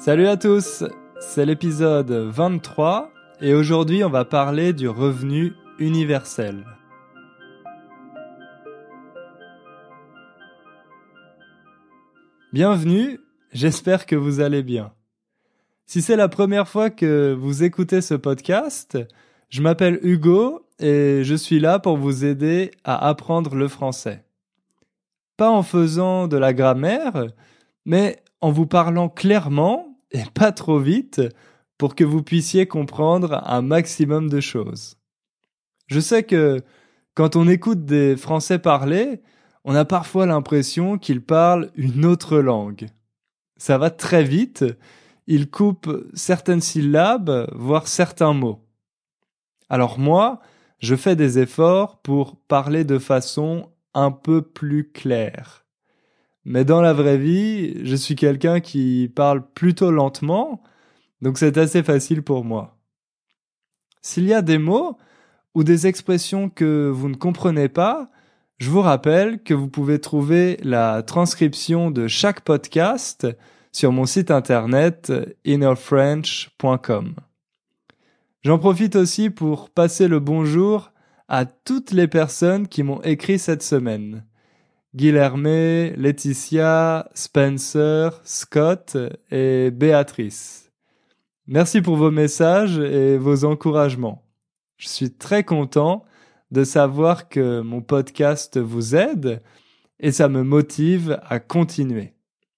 Salut à tous, c'est l'épisode 23 et aujourd'hui on va parler du revenu universel. Bienvenue, j'espère que vous allez bien. Si c'est la première fois que vous écoutez ce podcast, je m'appelle Hugo et je suis là pour vous aider à apprendre le français. Pas en faisant de la grammaire, mais en vous parlant clairement et pas trop vite pour que vous puissiez comprendre un maximum de choses. Je sais que quand on écoute des Français parler, on a parfois l'impression qu'ils parlent une autre langue. Ça va très vite, ils coupent certaines syllabes, voire certains mots. Alors moi, je fais des efforts pour parler de façon un peu plus claire. Mais dans la vraie vie, je suis quelqu'un qui parle plutôt lentement, donc c'est assez facile pour moi. S'il y a des mots ou des expressions que vous ne comprenez pas, je vous rappelle que vous pouvez trouver la transcription de chaque podcast sur mon site internet innerfrench.com. J'en profite aussi pour passer le bonjour à toutes les personnes qui m'ont écrit cette semaine. Guilherme, Laetitia, Spencer, Scott et Béatrice. Merci pour vos messages et vos encouragements. Je suis très content de savoir que mon podcast vous aide et ça me motive à continuer.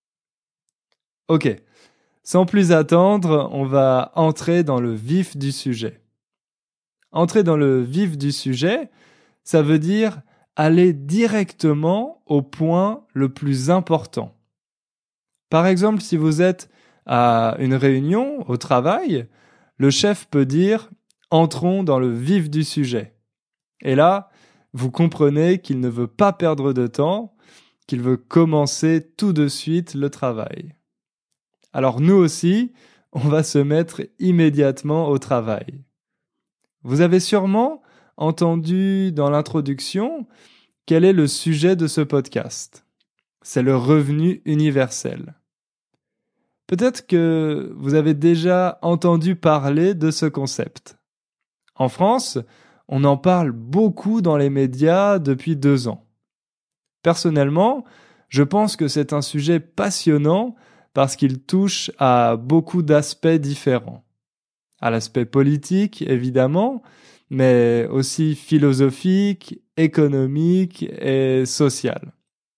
Ok, sans plus attendre, on va entrer dans le vif du sujet. Entrer dans le vif du sujet, ça veut dire aller directement au point le plus important. Par exemple, si vous êtes à une réunion au travail, le chef peut dire « Entrons dans le vif du sujet ». Et là, vous comprenez qu'il ne veut pas perdre de temps, qu'il veut commencer tout de suite le travail. Alors nous aussi, on va se mettre immédiatement au travail. Vous avez sûrement entendu dans l'introduction quel est le sujet de ce podcast. C'est le revenu universel. Peut-être que vous avez déjà entendu parler de ce concept. En France, on en parle beaucoup dans les médias depuis 2 ans. Personnellement, je pense que c'est un sujet passionnant parce qu'il touche à beaucoup d'aspects différents. À l'aspect politique, évidemment, mais aussi philosophique, économique et social.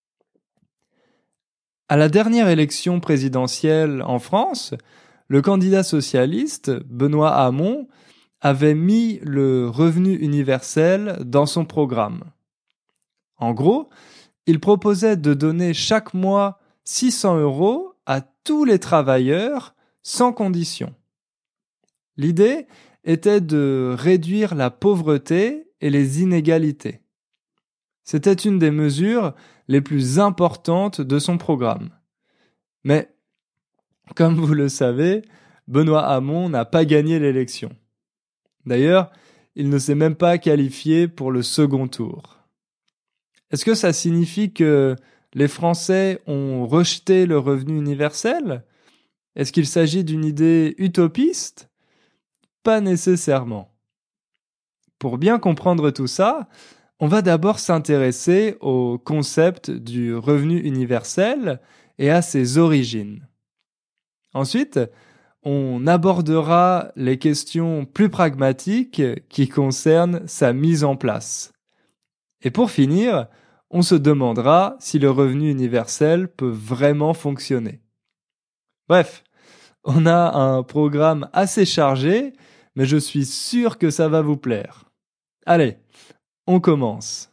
À la dernière élection présidentielle en France, le candidat socialiste, Benoît Hamon, avait mis le revenu universel dans son programme. En gros, il proposait de donner chaque mois 600 € à tous les travailleurs sans condition. L'idée était de réduire la pauvreté et les inégalités. C'était une des mesures les plus importantes de son programme. Mais, comme vous le savez, Benoît Hamon n'a pas gagné l'élection. D'ailleurs, il ne s'est même pas qualifié pour le second tour. Est-ce que ça signifie que les Français ont rejeté le revenu universel ? Est-ce qu'il s'agit d'une idée utopiste ? Pas nécessairement. Pour bien comprendre tout ça, on va d'abord s'intéresser au concept du revenu universel et à ses origines. Ensuite, on abordera les questions plus pragmatiques qui concernent sa mise en place. Et pour finir, on se demandera si le revenu universel peut vraiment fonctionner. Bref, on a un programme assez chargé, mais je suis sûr que ça va vous plaire. Allez, on commence.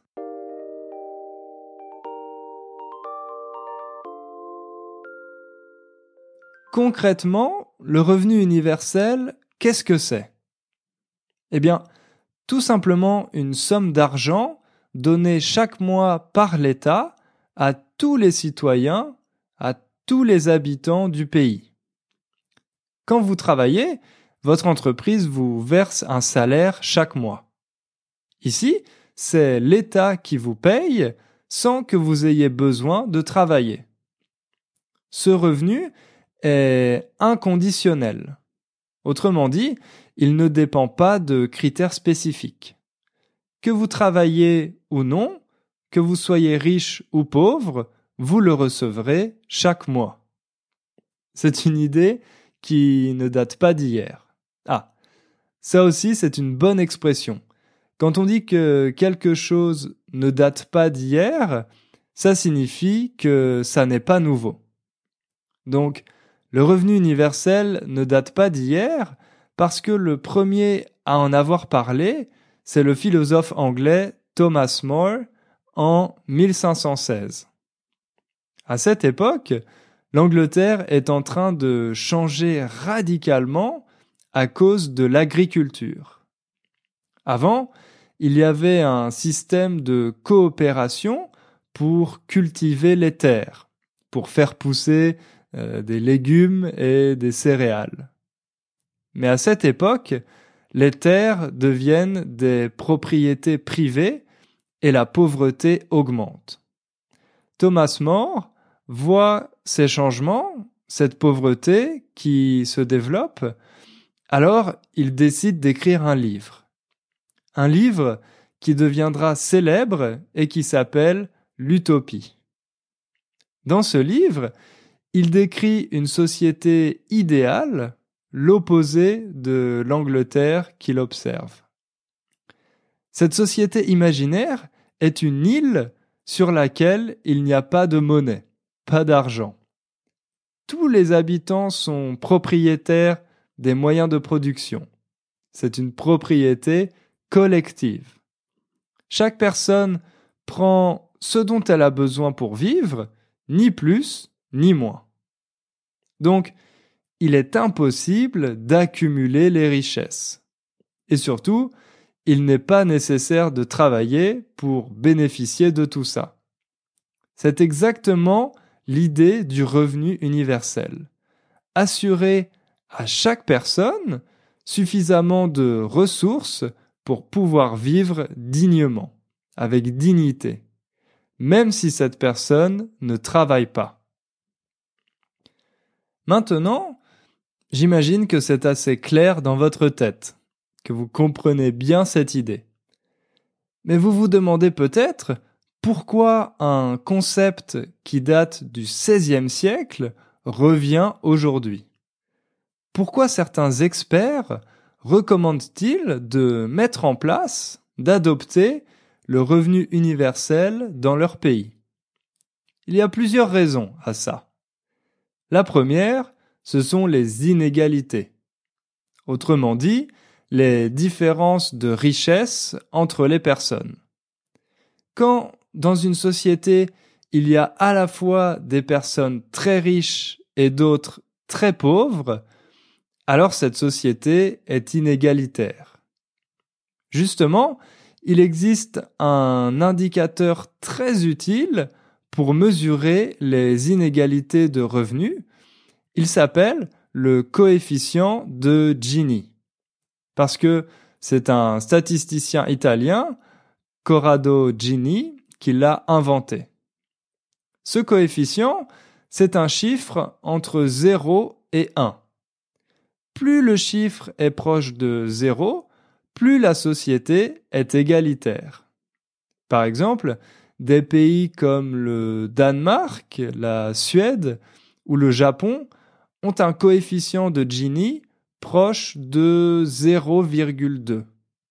Concrètement, le revenu universel, qu'est-ce que c'est ? Eh bien, tout simplement une somme d'argent donnée chaque mois par l'État à tous les citoyens, à tous les habitants du pays. Quand vous travaillez, votre entreprise vous verse un salaire chaque mois. Ici, c'est l'État qui vous paye sans que vous ayez besoin de travailler. Ce revenu est inconditionnel. Autrement dit, il ne dépend pas de critères spécifiques. Que vous travaillez ou non, que vous soyez riche ou pauvre, vous le recevrez chaque mois. C'est une idée qui ne date pas d'hier. Ah, ça aussi c'est une bonne expression. Quand on dit que quelque chose ne date pas d'hier, ça signifie que ça n'est pas nouveau. Donc, le revenu universel ne date pas d'hier parce que le premier à en avoir parlé, c'est le philosophe anglais Thomas More en 1516. À cette époque, l'Angleterre est en train de changer radicalement à cause de l'agriculture. Avant, il y avait un système de coopération pour cultiver les terres, pour faire pousser des légumes et des céréales. Mais à cette époque, les terres deviennent des propriétés privées et la pauvreté augmente. Thomas More voit ces changements, cette pauvreté qui se développe, alors il décide d'écrire un livre. Un livre qui deviendra célèbre et qui s'appelle L'Utopie. Dans ce livre, il décrit une société idéale, l'opposé de l'Angleterre qu'il observe. Cette société imaginaire est une île sur laquelle il n'y a pas de monnaie, pas d'argent. Tous les habitants sont propriétaires des moyens de production. C'est une propriété collective. Chaque personne prend ce dont elle a besoin pour vivre, ni plus ni moins. Donc, il est impossible d'accumuler les richesses. Et surtout, il n'est pas nécessaire de travailler pour bénéficier de tout ça. C'est exactement l'idée du revenu universel. Assurer à chaque personne suffisamment de ressources pour pouvoir vivre dignement, avec dignité, même si cette personne ne travaille pas. Maintenant, j'imagine que c'est assez clair dans votre tête, que vous comprenez bien cette idée. Mais vous vous demandez peut-être pourquoi un concept qui date du XVIe siècle revient aujourd'hui. Pourquoi certains experts recommandent-ils de mettre en place, d'adopter le revenu universel dans leur pays? Il y a plusieurs raisons à ça. La première, ce sont les inégalités. Autrement dit, les différences de richesse entre les personnes. Quand, dans une société, il y a à la fois des personnes très riches et d'autres très pauvres, alors cette société est inégalitaire. Justement, il existe un indicateur très utile pour mesurer les inégalités de revenus. Il s'appelle le coefficient de Gini. Parce que c'est un statisticien italien, Corrado Gini, qui l'a inventé. Ce coefficient, c'est un chiffre entre 0 et 1. Plus le chiffre est proche de 0, plus la société est égalitaire. Par exemple, des pays comme le Danemark, la Suède ou le Japon ont un coefficient de Gini proche de 0,2.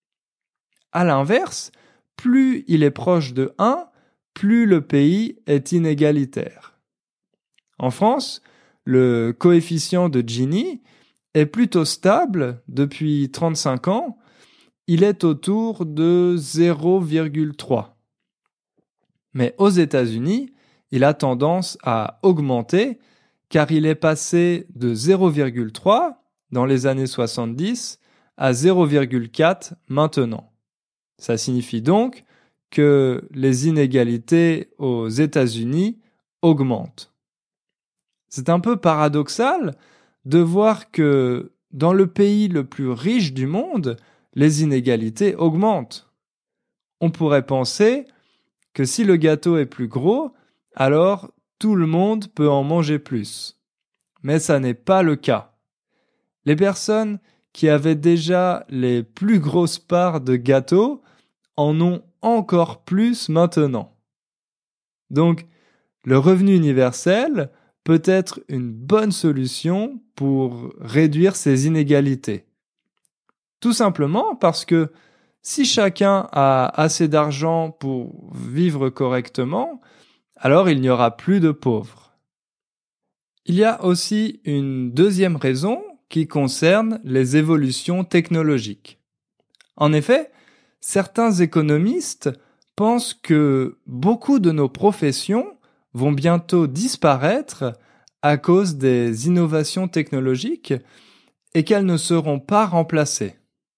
À l'inverse, plus il est proche de 1, plus le pays est inégalitaire. En France, le coefficient de Gini est plutôt stable depuis 35 ans. Il est autour de 0,3. Mais aux États-Unis, il a tendance à augmenter car il est passé de 0,3 dans les années 70 à 0,4 maintenant. Ça signifie donc que les inégalités aux États-Unis augmentent. C'est un peu paradoxal de voir que dans le pays le plus riche du monde, les inégalités augmentent. On pourrait penser que si le gâteau est plus gros, alors tout le monde peut en manger plus. Mais ça n'est pas le cas. Les personnes qui avaient déjà les plus grosses parts de gâteau en ont encore plus maintenant. Donc, le revenu universel peut être une bonne solution pour réduire ces inégalités. Tout simplement parce que si chacun a assez d'argent pour vivre correctement, alors il n'y aura plus de pauvres. Il y a aussi une deuxième raison qui concerne les évolutions technologiques. En effet, certains économistes pensent que beaucoup de nos professions vont bientôt disparaître à cause des innovations technologiques et qu'elles ne seront pas remplacées.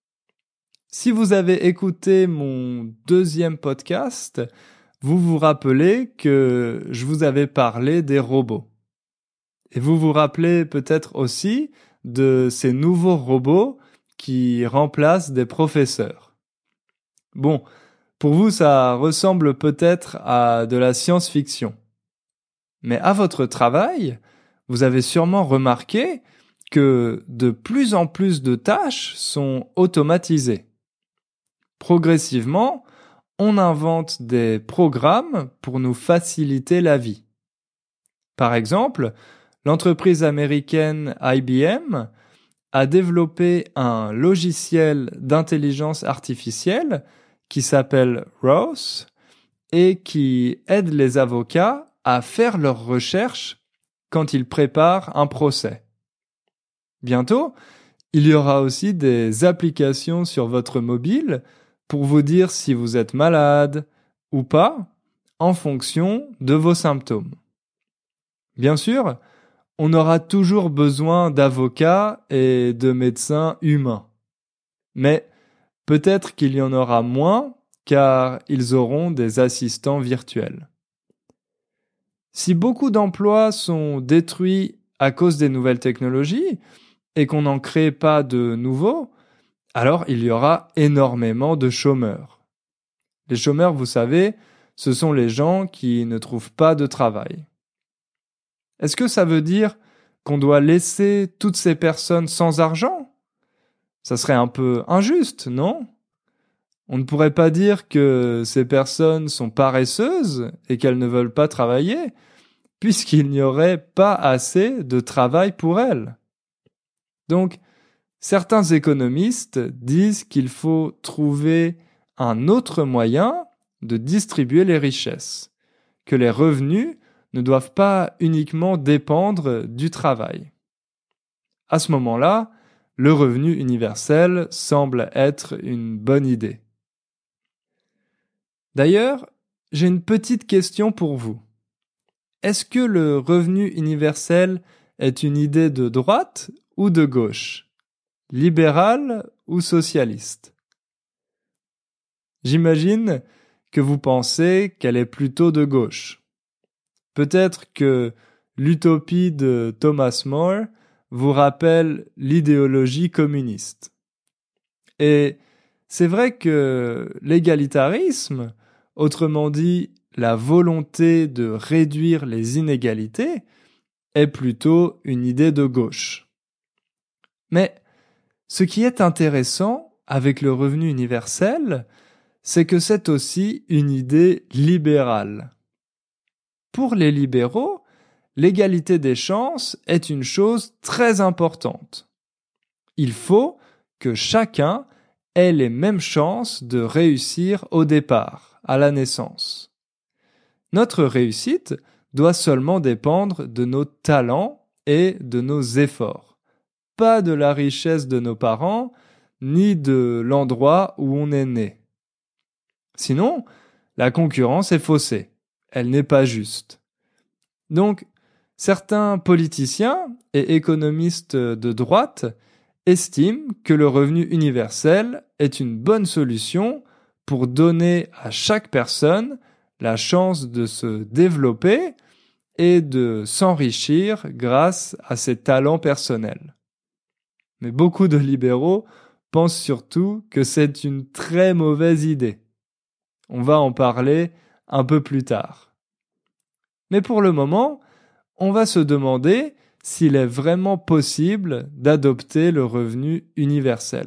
Si vous avez écouté mon deuxième podcast, vous vous rappelez que je vous avais parlé des robots. Et vous vous rappelez peut-être aussi de ces nouveaux robots qui remplacent des professeurs. Bon, pour vous, ça ressemble peut-être à de la science-fiction. Mais à votre travail, vous avez sûrement remarqué que de plus en plus de tâches sont automatisées. Progressivement, on invente des programmes pour nous faciliter la vie. Par exemple, l'entreprise américaine IBM a développé un logiciel d'intelligence artificielle qui s'appelle ROSE et qui aide les avocats à faire leurs recherches quand ils préparent un procès. Bientôt, il y aura aussi des applications sur votre mobile pour vous dire si vous êtes malade ou pas en fonction de vos symptômes. Bien sûr, on aura toujours besoin d'avocats et de médecins humains. Mais peut-être qu'il y en aura moins car ils auront des assistants virtuels. Si beaucoup d'emplois sont détruits à cause des nouvelles technologies et qu'on n'en crée pas de nouveaux, alors il y aura énormément de chômeurs. Les chômeurs, vous savez, ce sont les gens qui ne trouvent pas de travail. Est-ce que ça veut dire qu'on doit laisser toutes ces personnes sans argent? Ça serait un peu injuste, non? On ne pourrait pas dire que ces personnes sont paresseuses et qu'elles ne veulent pas travailler, puisqu'il n'y aurait pas assez de travail pour elles. Donc, certains économistes disent qu'il faut trouver un autre moyen de distribuer les richesses, que les revenus ne doivent pas uniquement dépendre du travail. À ce moment-là, le revenu universel semble être une bonne idée. D'ailleurs, j'ai une petite question pour vous. Est-ce que le revenu universel est une idée de droite ou de gauche? Libérale ou socialiste? J'imagine que vous pensez qu'elle est plutôt de gauche. Peut-être que l'utopie de Thomas More vous rappelle l'idéologie communiste. Et c'est vrai que l'égalitarisme, autrement dit la volonté de réduire les inégalités, est plutôt une idée de gauche. Mais ce qui est intéressant avec le revenu universel, c'est que c'est aussi une idée libérale. Pour les libéraux, l'égalité des chances est une chose très importante. Il faut que chacun ait les mêmes chances de réussir au départ, à la naissance. Notre réussite doit seulement dépendre de nos talents et de nos efforts, pas de la richesse de nos parents, ni de l'endroit où on est né. Sinon, la concurrence est faussée, elle n'est pas juste. Donc, certains politiciens et économistes de droite estiment que le revenu universel est une bonne solution pour donner à chaque personne la chance de se développer et de s'enrichir grâce à ses talents personnels. Mais beaucoup de libéraux pensent surtout que c'est une très mauvaise idée. On va en parler un peu plus tard. Mais pour le moment, on va se demander s'il est vraiment possible d'adopter le revenu universel.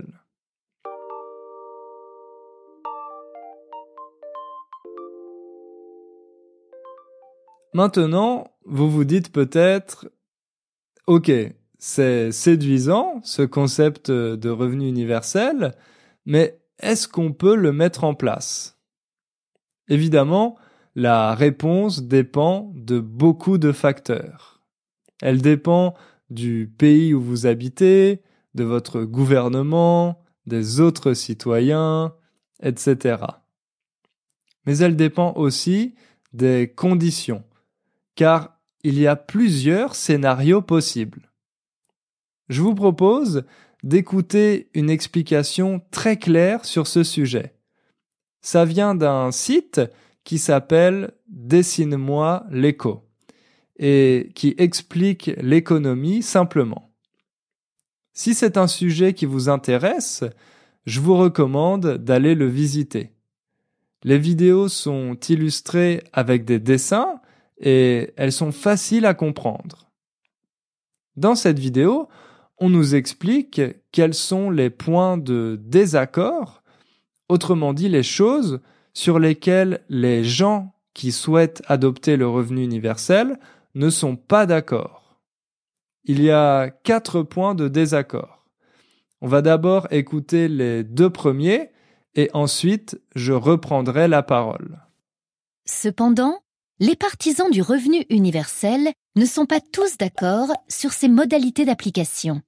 Maintenant, vous vous dites peut-être, ok, c'est séduisant ce concept de revenu universel, mais est-ce qu'on peut le mettre en place? Évidemment, la réponse dépend de beaucoup de facteurs. Elle dépend du pays où vous habitez, de votre gouvernement, des autres citoyens, etc. Mais elle dépend aussi des conditions, car il y a plusieurs scénarios possibles. Je vous propose d'écouter une explication très claire sur ce sujet. Ça vient d'un site qui s'appelle Dessine-moi l'éco et qui explique l'économie simplement. Si c'est un sujet qui vous intéresse, je vous recommande d'aller le visiter. Les vidéos sont illustrées avec des dessins et elles sont faciles à comprendre. Dans cette vidéo, on nous explique quels sont les points de désaccord, autrement dit les choses sur lesquelles les gens qui souhaitent adopter le revenu universel ne sont pas d'accord. Il y a 4 points de désaccord. On va d'abord écouter les 2 premiers et ensuite je reprendrai la parole. Cependant, les partisans du revenu universel ne sont pas tous d'accord sur ses modalités d'application.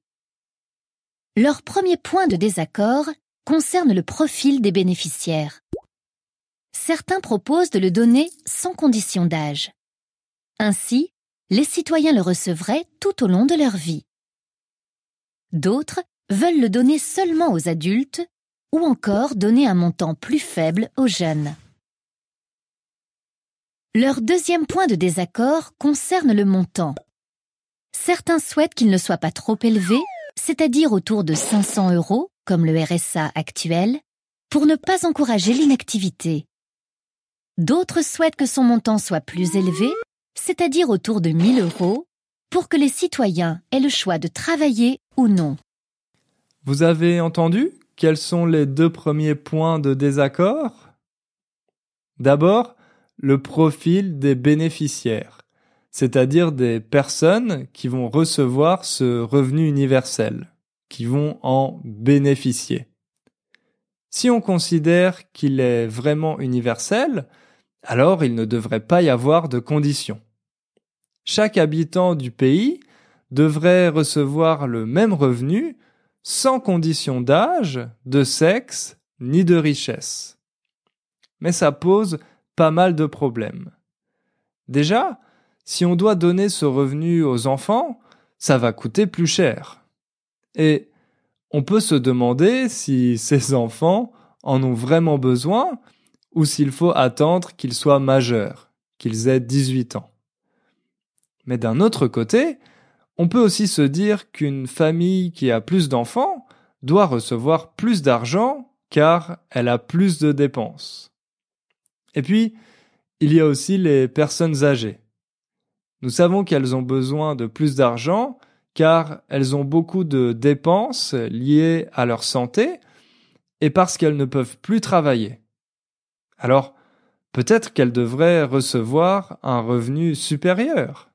Leur premier point de désaccord concerne le profil des bénéficiaires. Certains proposent de le donner sans condition d'âge. Ainsi, les citoyens le recevraient tout au long de leur vie. D'autres veulent le donner seulement aux adultes ou encore donner un montant plus faible aux jeunes. Leur deuxième point de désaccord concerne le montant. Certains souhaitent qu'il ne soit pas trop élevé, c'est-à-dire autour de 500 €, comme le RSA actuel, pour ne pas encourager l'inactivité. D'autres souhaitent que son montant soit plus élevé, c'est-à-dire autour de 1 000 €, pour que les citoyens aient le choix de travailler ou non. Vous avez entendu quels sont les 2 premiers points de désaccord? D'abord, le profil des bénéficiaires, c'est-à-dire des personnes qui vont recevoir ce revenu universel, qui vont en bénéficier. Si on considère qu'il est vraiment universel, alors il ne devrait pas y avoir de conditions. Chaque habitant du pays devrait recevoir le même revenu sans condition d'âge, de sexe ni de richesse. Mais ça pose pas mal de problèmes. Déjà, si on doit donner ce revenu aux enfants, ça va coûter plus cher. Et on peut se demander si ces enfants en ont vraiment besoin ou s'il faut attendre qu'ils soient majeurs, qu'ils aient 18 ans. Mais d'un autre côté, on peut aussi se dire qu'une famille qui a plus d'enfants doit recevoir plus d'argent car elle a plus de dépenses. Et puis, il y a aussi les personnes âgées. Nous savons qu'elles ont besoin de plus d'argent car elles ont beaucoup de dépenses liées à leur santé et parce qu'elles ne peuvent plus travailler. Alors, peut-être qu'elles devraient recevoir un revenu supérieur.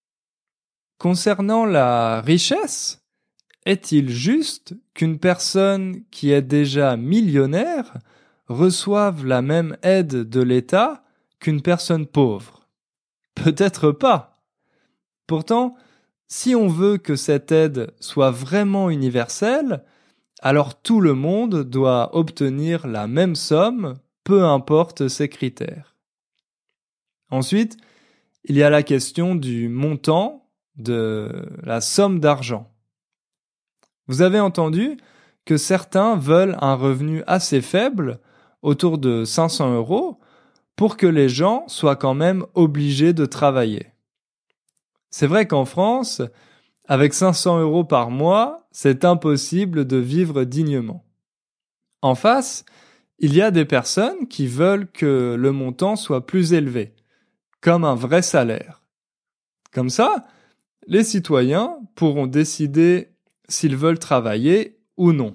Concernant la richesse, est-il juste qu'une personne qui est déjà millionnaire reçoive la même aide de l'État qu'une personne pauvre? Peut-être pas. Pourtant, si on veut que cette aide soit vraiment universelle, alors tout le monde doit obtenir la même somme, peu importe ses critères. Ensuite, il y a la question du montant de la somme d'argent. Vous avez entendu que certains veulent un revenu assez faible, autour de 500 €, pour que les gens soient quand même obligés de travailler. C'est vrai qu'en France, avec 500 € par mois, c'est impossible de vivre dignement. En face, il y a des personnes qui veulent que le montant soit plus élevé, comme un vrai salaire. Comme ça, les citoyens pourront décider s'ils veulent travailler ou non.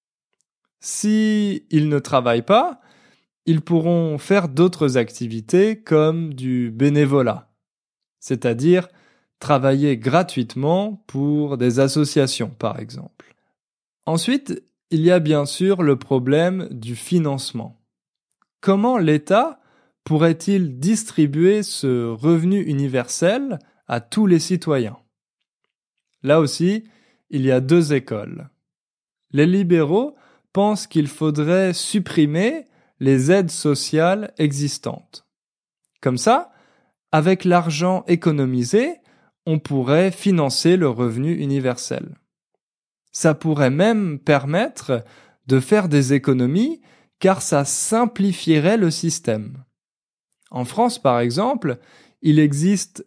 Si ils ne travaillent pas, ils pourront faire d'autres activités comme du bénévolat, c'est-à-dire travailler gratuitement pour des associations, par exemple. Ensuite, il y a bien sûr le problème du financement. Comment l'État pourrait-il distribuer ce revenu universel à tous les citoyens? Là aussi, il y a deux écoles. Les libéraux pensent qu'il faudrait supprimer les aides sociales existantes. Comme ça, avec l'argent économisé, on pourrait financer le revenu universel. Ça pourrait même permettre de faire des économies car ça simplifierait le système. En France, par exemple, il existe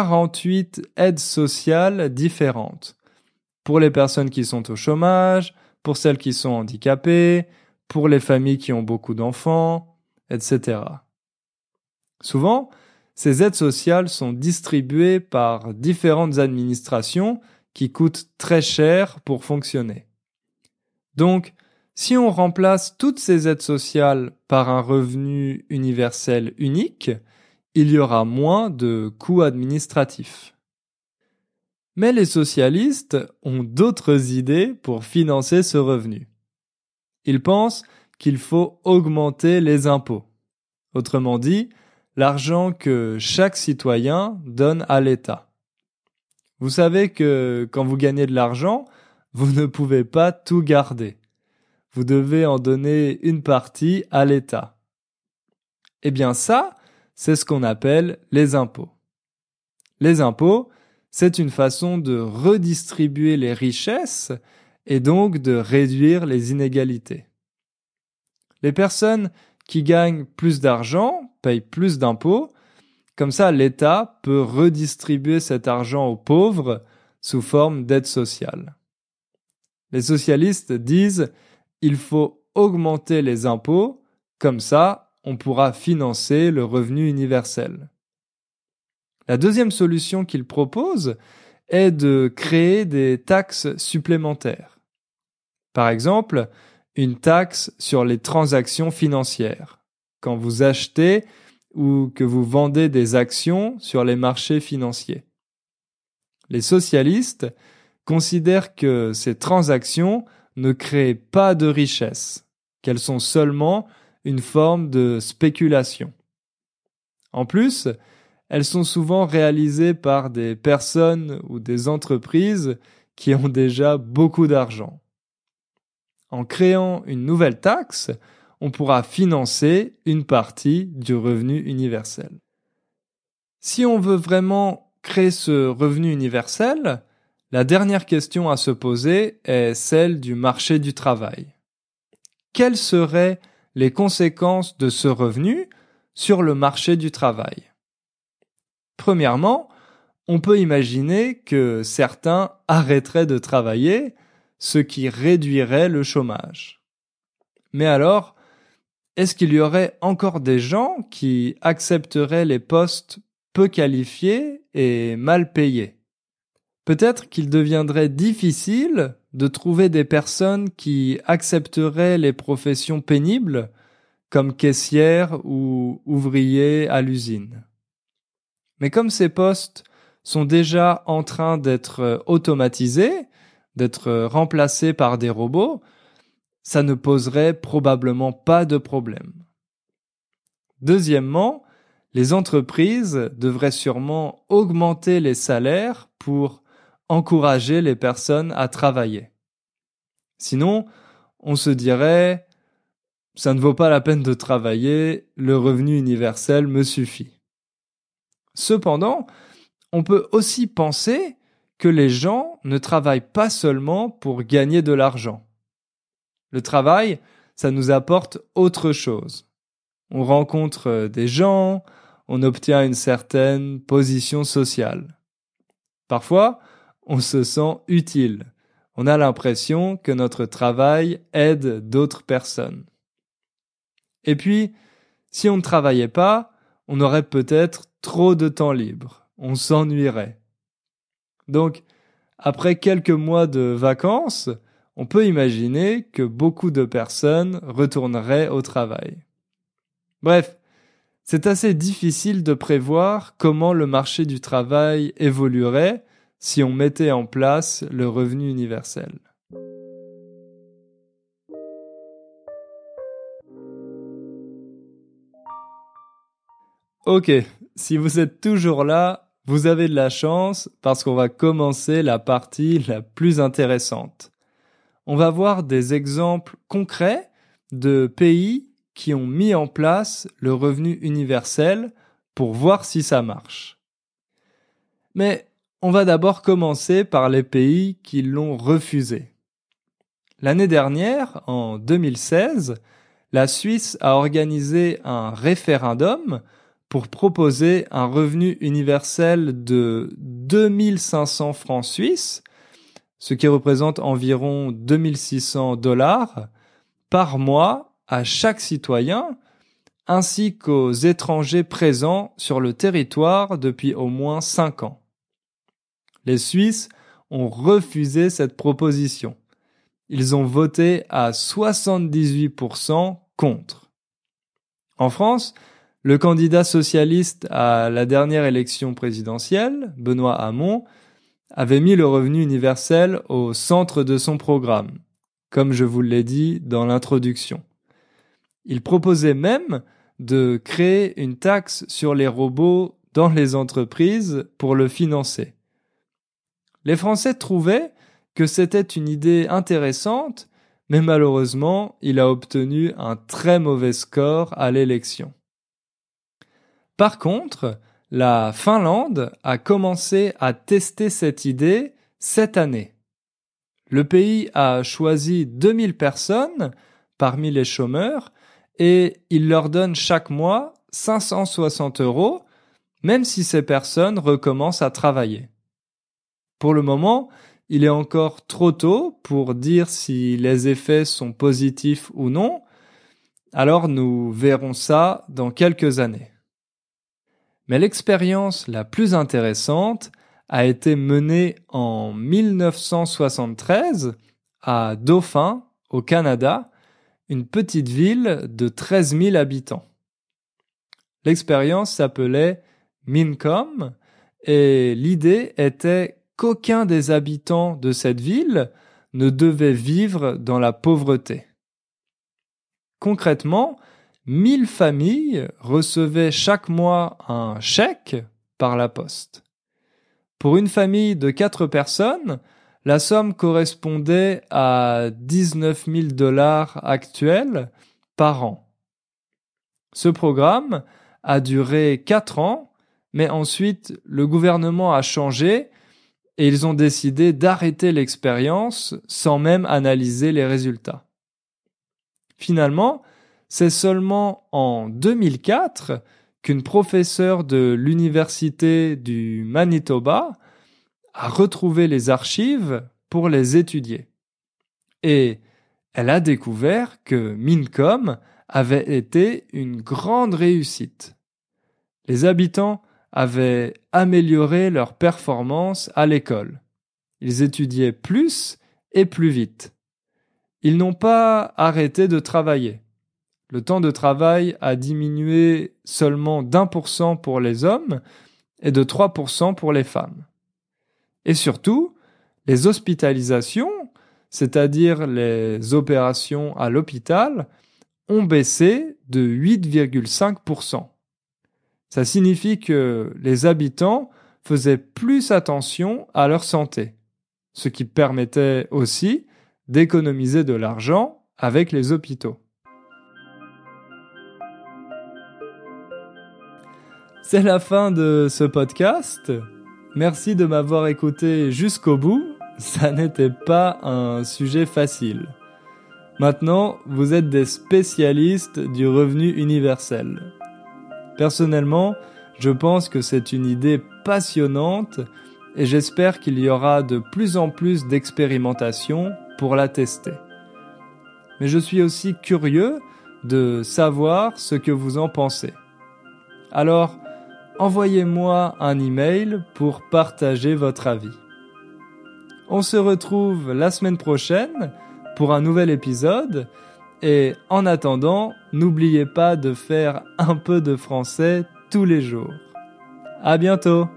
48 aides sociales différentes. Pour les personnes qui sont au chômage, pour celles qui sont handicapées, pour les familles qui ont beaucoup d'enfants, etc. Souvent, ces aides sociales sont distribuées par différentes administrations qui coûtent très cher pour fonctionner. Donc, si on remplace toutes ces aides sociales par un revenu universel unique, il y aura moins de coûts administratifs. Mais les socialistes ont d'autres idées pour financer ce revenu. Ils pensent qu'il faut augmenter les impôts. Autrement dit, l'argent que chaque citoyen donne à l'État. Vous savez que quand vous gagnez de l'argent, vous ne pouvez pas tout garder. Vous devez en donner une partie à l'État. Eh bien ça, c'est ce qu'on appelle les impôts. Les impôts, c'est une façon de redistribuer les richesses et donc de réduire les inégalités. Les personnes qui gagnent plus d'argent payent plus d'impôts. Comme ça, l'État peut redistribuer cet argent aux pauvres sous forme d'aide sociale. Les socialistes disent il faut augmenter les impôts, comme ça, on pourra financer le revenu universel. La deuxième solution qu'ils proposent est de créer des taxes supplémentaires. Par exemple, une taxe sur les transactions financières, quand vous achetez ou que vous vendez des actions sur les marchés financiers. Les socialistes considèrent que ces transactions ne créent pas de richesse, qu'elles sont seulement une forme de spéculation. En plus, elles sont souvent réalisées par des personnes ou des entreprises qui ont déjà beaucoup d'argent. En créant une nouvelle taxe, on pourra financer une partie du revenu universel. Si on veut vraiment créer ce revenu universel, la dernière question à se poser est celle du marché du travail. Quelles seraient les conséquences de ce revenu sur le marché du travail? Premièrement, on peut imaginer que certains arrêteraient de travailler, ce qui réduirait le chômage. Mais alors, est-ce qu'il y aurait encore des gens qui accepteraient les postes peu qualifiés et mal payés? Peut-être qu'il deviendrait difficile de trouver des personnes qui accepteraient les professions pénibles, comme caissière ou ouvrier à l'usine. Mais comme ces postes sont déjà en train d'être automatisés, d'être remplacés par des robots, ça ne poserait probablement pas de problème. Deuxièmement, les entreprises devraient sûrement augmenter les salaires pour encourager les personnes à travailler. Sinon, on se dirait « ça ne vaut pas la peine de travailler, le revenu universel me suffit ». Cependant, on peut aussi penser que les gens ne travaillent pas seulement pour gagner de l'argent. Le travail, ça nous apporte autre chose. On rencontre des gens, on obtient une certaine position sociale. Parfois, on se sent utile. On a l'impression que notre travail aide d'autres personnes. Et puis, si on ne travaillait pas, on aurait peut-être trop de temps libre. On s'ennuierait. Donc, après quelques mois de vacances, on peut imaginer que beaucoup de personnes retourneraient au travail. Bref, c'est assez difficile de prévoir comment le marché du travail évoluerait si on mettait en place le revenu universel. Ok, si vous êtes toujours là, vous avez de la chance parce qu'on va commencer la partie la plus intéressante. On va voir des exemples concrets de pays qui ont mis en place le revenu universel pour voir si ça marche. Mais on va d'abord commencer par les pays qui l'ont refusé. L'année dernière, en 2016, la Suisse a organisé un référendum pour proposer un revenu universel de 2500 francs suisses, ce qui représente environ 2600 $ par mois à chaque citoyen, ainsi qu'aux étrangers présents sur le territoire depuis au moins 5 ans. Les Suisses ont refusé cette proposition. Ils ont voté à 78% contre. En France, le candidat socialiste à la dernière élection présidentielle, Benoît Hamon, avait mis le revenu universel au centre de son programme, comme je vous l'ai dit dans l'introduction. Il proposait même de créer une taxe sur les robots dans les entreprises pour le financer. Les Français trouvaient que c'était une idée intéressante, mais malheureusement, il a obtenu un très mauvais score à l'élection. Par contre, la Finlande a commencé à tester cette idée cette année. Le pays a choisi 2000 personnes parmi les chômeurs et il leur donne chaque mois 560 €, même si ces personnes recommencent à travailler. Pour le moment, il est encore trop tôt pour dire si les effets sont positifs ou non, alors nous verrons ça dans quelques années. Mais l'expérience la plus intéressante a été menée en 1973 à Dauphin, au Canada, une petite ville de 13 000 habitants. L'expérience s'appelait Mincome et l'idée était qu'aucun des habitants de cette ville ne devait vivre dans la pauvreté. Concrètement, 1000 familles recevaient chaque mois un chèque par la poste. Pour une famille de 4 personnes, la somme correspondait à 19 000 $ actuels par an. Ce programme a duré 4 ans, mais ensuite le gouvernement a changé et ils ont décidé d'arrêter l'expérience sans même analyser les résultats. Finalement, c'est seulement en 2004 qu'une professeure de l'université du Manitoba a retrouvé les archives pour les étudier. Et elle a découvert que Mincome avait été une grande réussite. Les habitants avaient amélioré leur performance à l'école. Ils étudiaient plus et plus vite. Ils n'ont pas arrêté de travailler. Le temps de travail a diminué seulement d'1% pour les hommes et de 3% pour les femmes. Et surtout, les hospitalisations, c'est-à-dire les opérations à l'hôpital, ont baissé de 8,5%. Ça signifie que les habitants faisaient plus attention à leur santé, ce qui permettait aussi d'économiser de l'argent avec les hôpitaux. C'est la fin de ce podcast. Merci de m'avoir écouté jusqu'au bout. Ça n'était pas un sujet facile. Maintenant, vous êtes des spécialistes du revenu universel. Personnellement, je pense que c'est une idée passionnante et j'espère qu'il y aura de plus en plus d'expérimentations pour la tester. Mais je suis aussi curieux de savoir ce que vous en pensez. Alors, envoyez-moi un email pour partager votre avis. On se retrouve la semaine prochaine pour un nouvel épisode. Et en attendant, n'oubliez pas de faire un peu de français tous les jours. À bientôt!